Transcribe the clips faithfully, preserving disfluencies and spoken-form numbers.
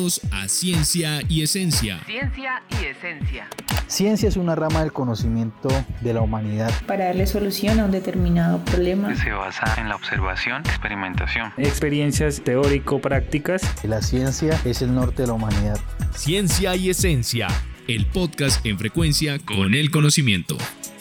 Bienvenidos a Ciencia y Esencia. Ciencia y Esencia. Ciencia es una rama del conocimiento de la humanidad para darle solución a un determinado problema. Que se basa en la observación, experimentación, experiencias teórico-prácticas. La ciencia es el norte de la humanidad. Ciencia y Esencia, el podcast en frecuencia con el conocimiento.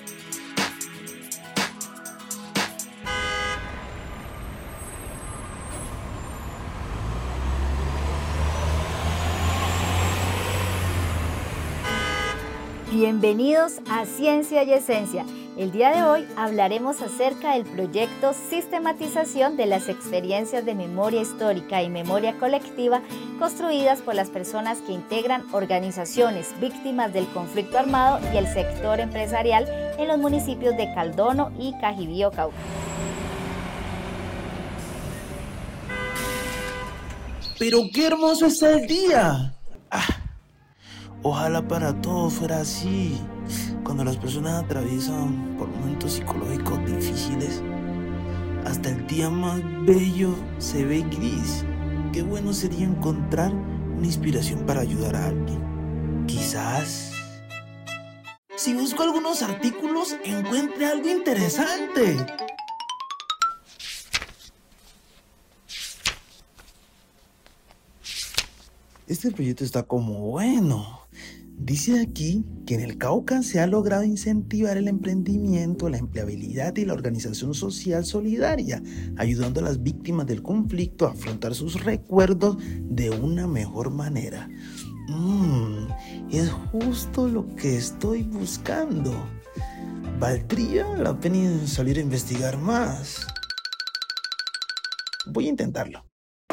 Bienvenidos a Ciencia y Esencia. El día de hoy hablaremos acerca del proyecto Sistematización de las experiencias de memoria histórica y memoria colectiva construidas por las personas que integran organizaciones víctimas del conflicto armado y el sector empresarial en los municipios de Caldono y Cajibío, Cauca. ¡Pero qué hermoso está el día! Ah. Ojalá para todos fuera así. Cuando las personas atraviesan por momentos psicológicos difíciles, hasta el día más bello se ve gris. Qué bueno sería encontrar una inspiración para ayudar a alguien. Quizás, si busco algunos artículos, encuentre algo interesante. Este proyecto está como bueno. Dice aquí que en el Cauca se ha logrado incentivar el emprendimiento, la empleabilidad y la organización social solidaria, ayudando a las víctimas del conflicto a afrontar sus recuerdos de una mejor manera. Mmm, es justo lo que estoy buscando. ¿Valdría la pena salir a investigar más? Voy a intentarlo.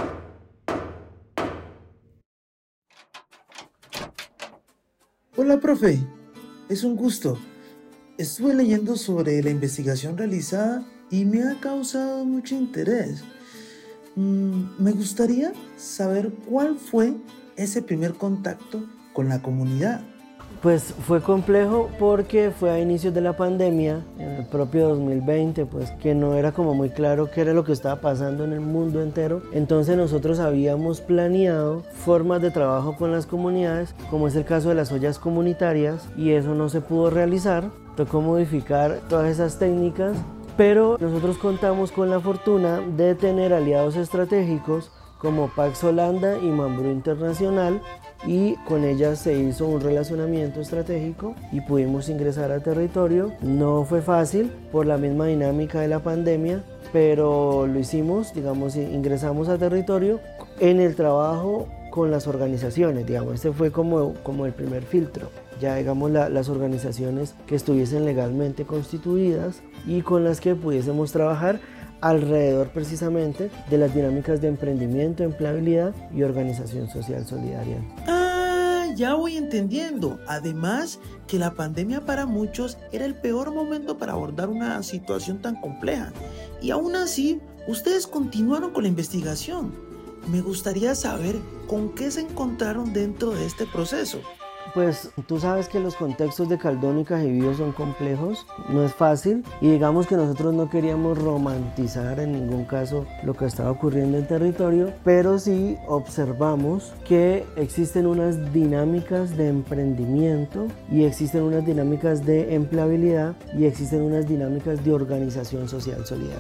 Hola, profe. Es un gusto. Estuve leyendo sobre la investigación realizada y me ha causado mucho interés. Mm, me gustaría saber cuál fue ese primer contacto con la comunidad. Pues fue complejo porque fue a inicios de la pandemia, en el propio dos mil veinte, pues que no era como muy claro qué era lo que estaba pasando en el mundo entero. Entonces nosotros habíamos planeado formas de trabajo con las comunidades, como es el caso de las ollas comunitarias, y eso no se pudo realizar. Tocó modificar todas esas técnicas, pero nosotros contamos con la fortuna de tener aliados estratégicos como Pax Holanda y Mambrú Internacional, y con ellas se hizo un relacionamiento estratégico y pudimos ingresar al territorio. No fue fácil por la misma dinámica de la pandemia, pero lo hicimos, digamos, ingresamos al territorio en el trabajo con las organizaciones, digamos, este fue como, como el primer filtro. Ya digamos la, las organizaciones que estuviesen legalmente constituidas y con las que pudiésemos trabajar alrededor precisamente de las dinámicas de emprendimiento, empleabilidad y organización social solidaria. Ah, ya voy entendiendo. Además, que la pandemia para muchos era el peor momento para abordar una situación tan compleja. Y aún así, ustedes continuaron con la investigación. Me gustaría saber con qué se encontraron dentro de este proceso. Pues tú sabes que los contextos de Caldono y Cajibío son complejos, no es fácil, y digamos que nosotros no queríamos romantizar en ningún caso lo que estaba ocurriendo en el territorio, pero sí observamos que existen unas dinámicas de emprendimiento y existen unas dinámicas de empleabilidad y existen unas dinámicas de organización social solidaria.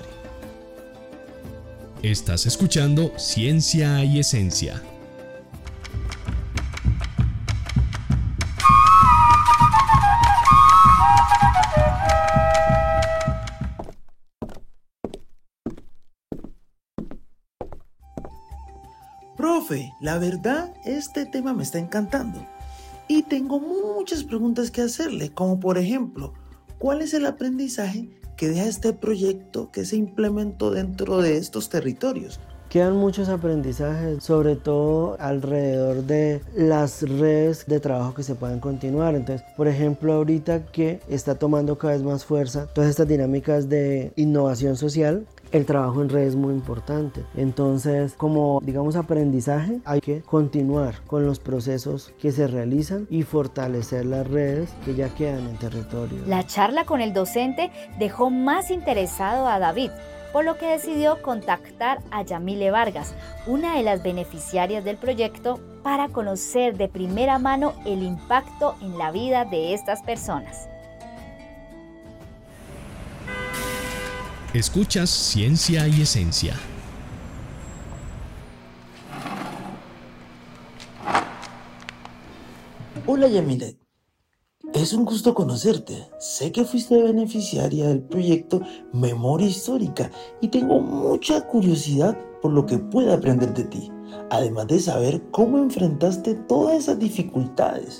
Estás escuchando Ciencia y Esencia. Profe, la verdad, este tema me está encantando y tengo muchas preguntas que hacerle, como por ejemplo, ¿cuál es el aprendizaje que deja este proyecto que se implementó dentro de estos territorios? Quedan muchos aprendizajes, sobre todo alrededor de las redes de trabajo que se puedan continuar. Entonces, por ejemplo, ahorita que está tomando cada vez más fuerza todas estas dinámicas de innovación social, el trabajo en red es muy importante. Entonces, como digamos aprendizaje, hay que continuar con los procesos que se realizan y fortalecer las redes que ya quedan en territorio. La charla con el docente dejó más interesado a David, por lo que decidió contactar a Yamile Vargas, una de las beneficiarias del proyecto, para conocer de primera mano el impacto en la vida de estas personas. Escuchas Ciencia y Esencia. Hola Yamile, es un gusto conocerte. Sé que fuiste beneficiaria del proyecto Memoria Histórica y tengo mucha curiosidad por lo que pueda aprender de ti, además de saber cómo enfrentaste todas esas dificultades.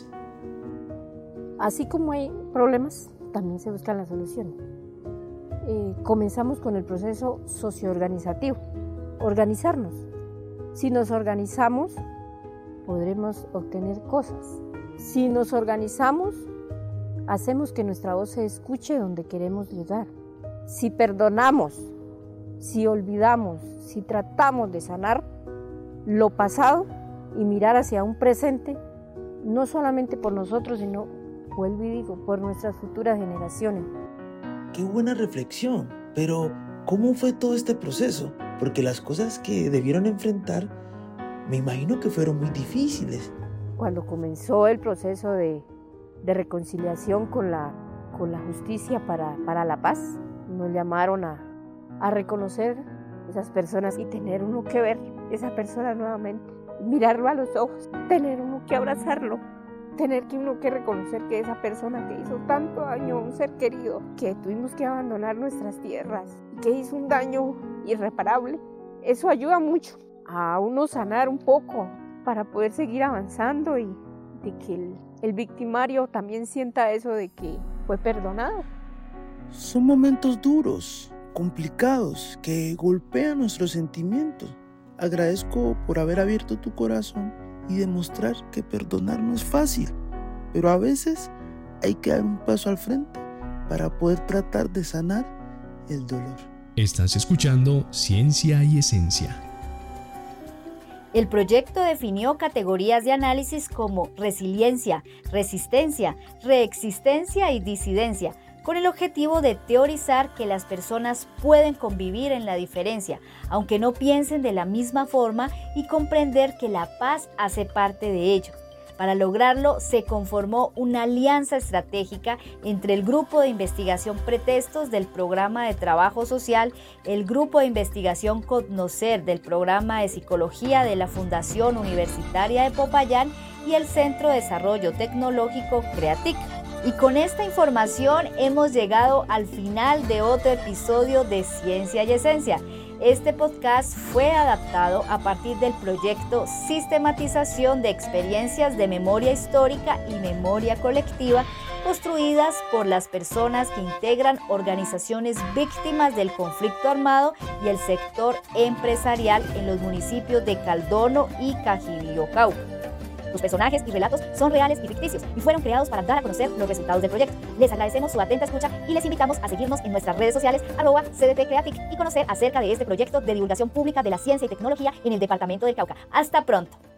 Así como hay problemas, también se buscan las soluciones. Eh, comenzamos con el proceso socioorganizativo, organizarnos. Si nos organizamos, podremos obtener cosas. Si nos organizamos, hacemos que nuestra voz se escuche donde queremos llegar. Si perdonamos, si olvidamos, si tratamos de sanar lo pasado y mirar hacia un presente, no solamente por nosotros, sino, vuelvo y digo, por nuestras futuras generaciones. Qué buena reflexión, pero ¿cómo fue todo este proceso? Porque las cosas que debieron enfrentar, me imagino que fueron muy difíciles. Cuando comenzó el proceso de, de reconciliación con la, con la justicia para, para la paz, nos llamaron a, a reconocer esas personas y tener uno que ver esa persona nuevamente, mirarlo a los ojos, tener uno que abrazarlo, tener que uno que reconocer que esa persona que hizo tanto daño a un ser querido, que tuvimos que abandonar nuestras tierras, que hizo un daño irreparable, eso ayuda mucho a uno sanar un poco, para poder seguir avanzando y de que el, el victimario también sienta eso de que fue perdonado. Son momentos duros, complicados, que golpean nuestros sentimientos. Agradezco por haber abierto tu corazón y demostrar que perdonar no es fácil, pero a veces hay que dar un paso al frente para poder tratar de sanar el dolor. Estás escuchando Ciencia y Esencia. El proyecto definió categorías de análisis como resiliencia, resistencia, reexistencia y disidencia, con el objetivo de teorizar que las personas pueden convivir en la diferencia, aunque no piensen de la misma forma, y comprender que la paz hace parte de ello. Para lograrlo, se conformó una alianza estratégica entre el Grupo de Investigación Pretextos del Programa de Trabajo Social, el Grupo de Investigación Cognocer del Programa de Psicología de la Fundación Universitaria de Popayán y el Centro de Desarrollo Tecnológico CREATIC. Y con esta información hemos llegado al final de otro episodio de Ciencia y Esencia. Este podcast fue adaptado a partir del proyecto Sistematización de Experiencias de Memoria Histórica y Memoria Colectiva, construidas por las personas que integran organizaciones víctimas del conflicto armado y el sector empresarial en los municipios de Caldono y Cajibío, Cauca. Los personajes y relatos son reales y ficticios y fueron creados para dar a conocer los resultados del proyecto. Les agradecemos su atenta escucha y les invitamos a seguirnos en nuestras redes sociales arroba C D T Creatic y conocer acerca de este proyecto de divulgación pública de la ciencia y tecnología en el departamento del Cauca. ¡Hasta pronto!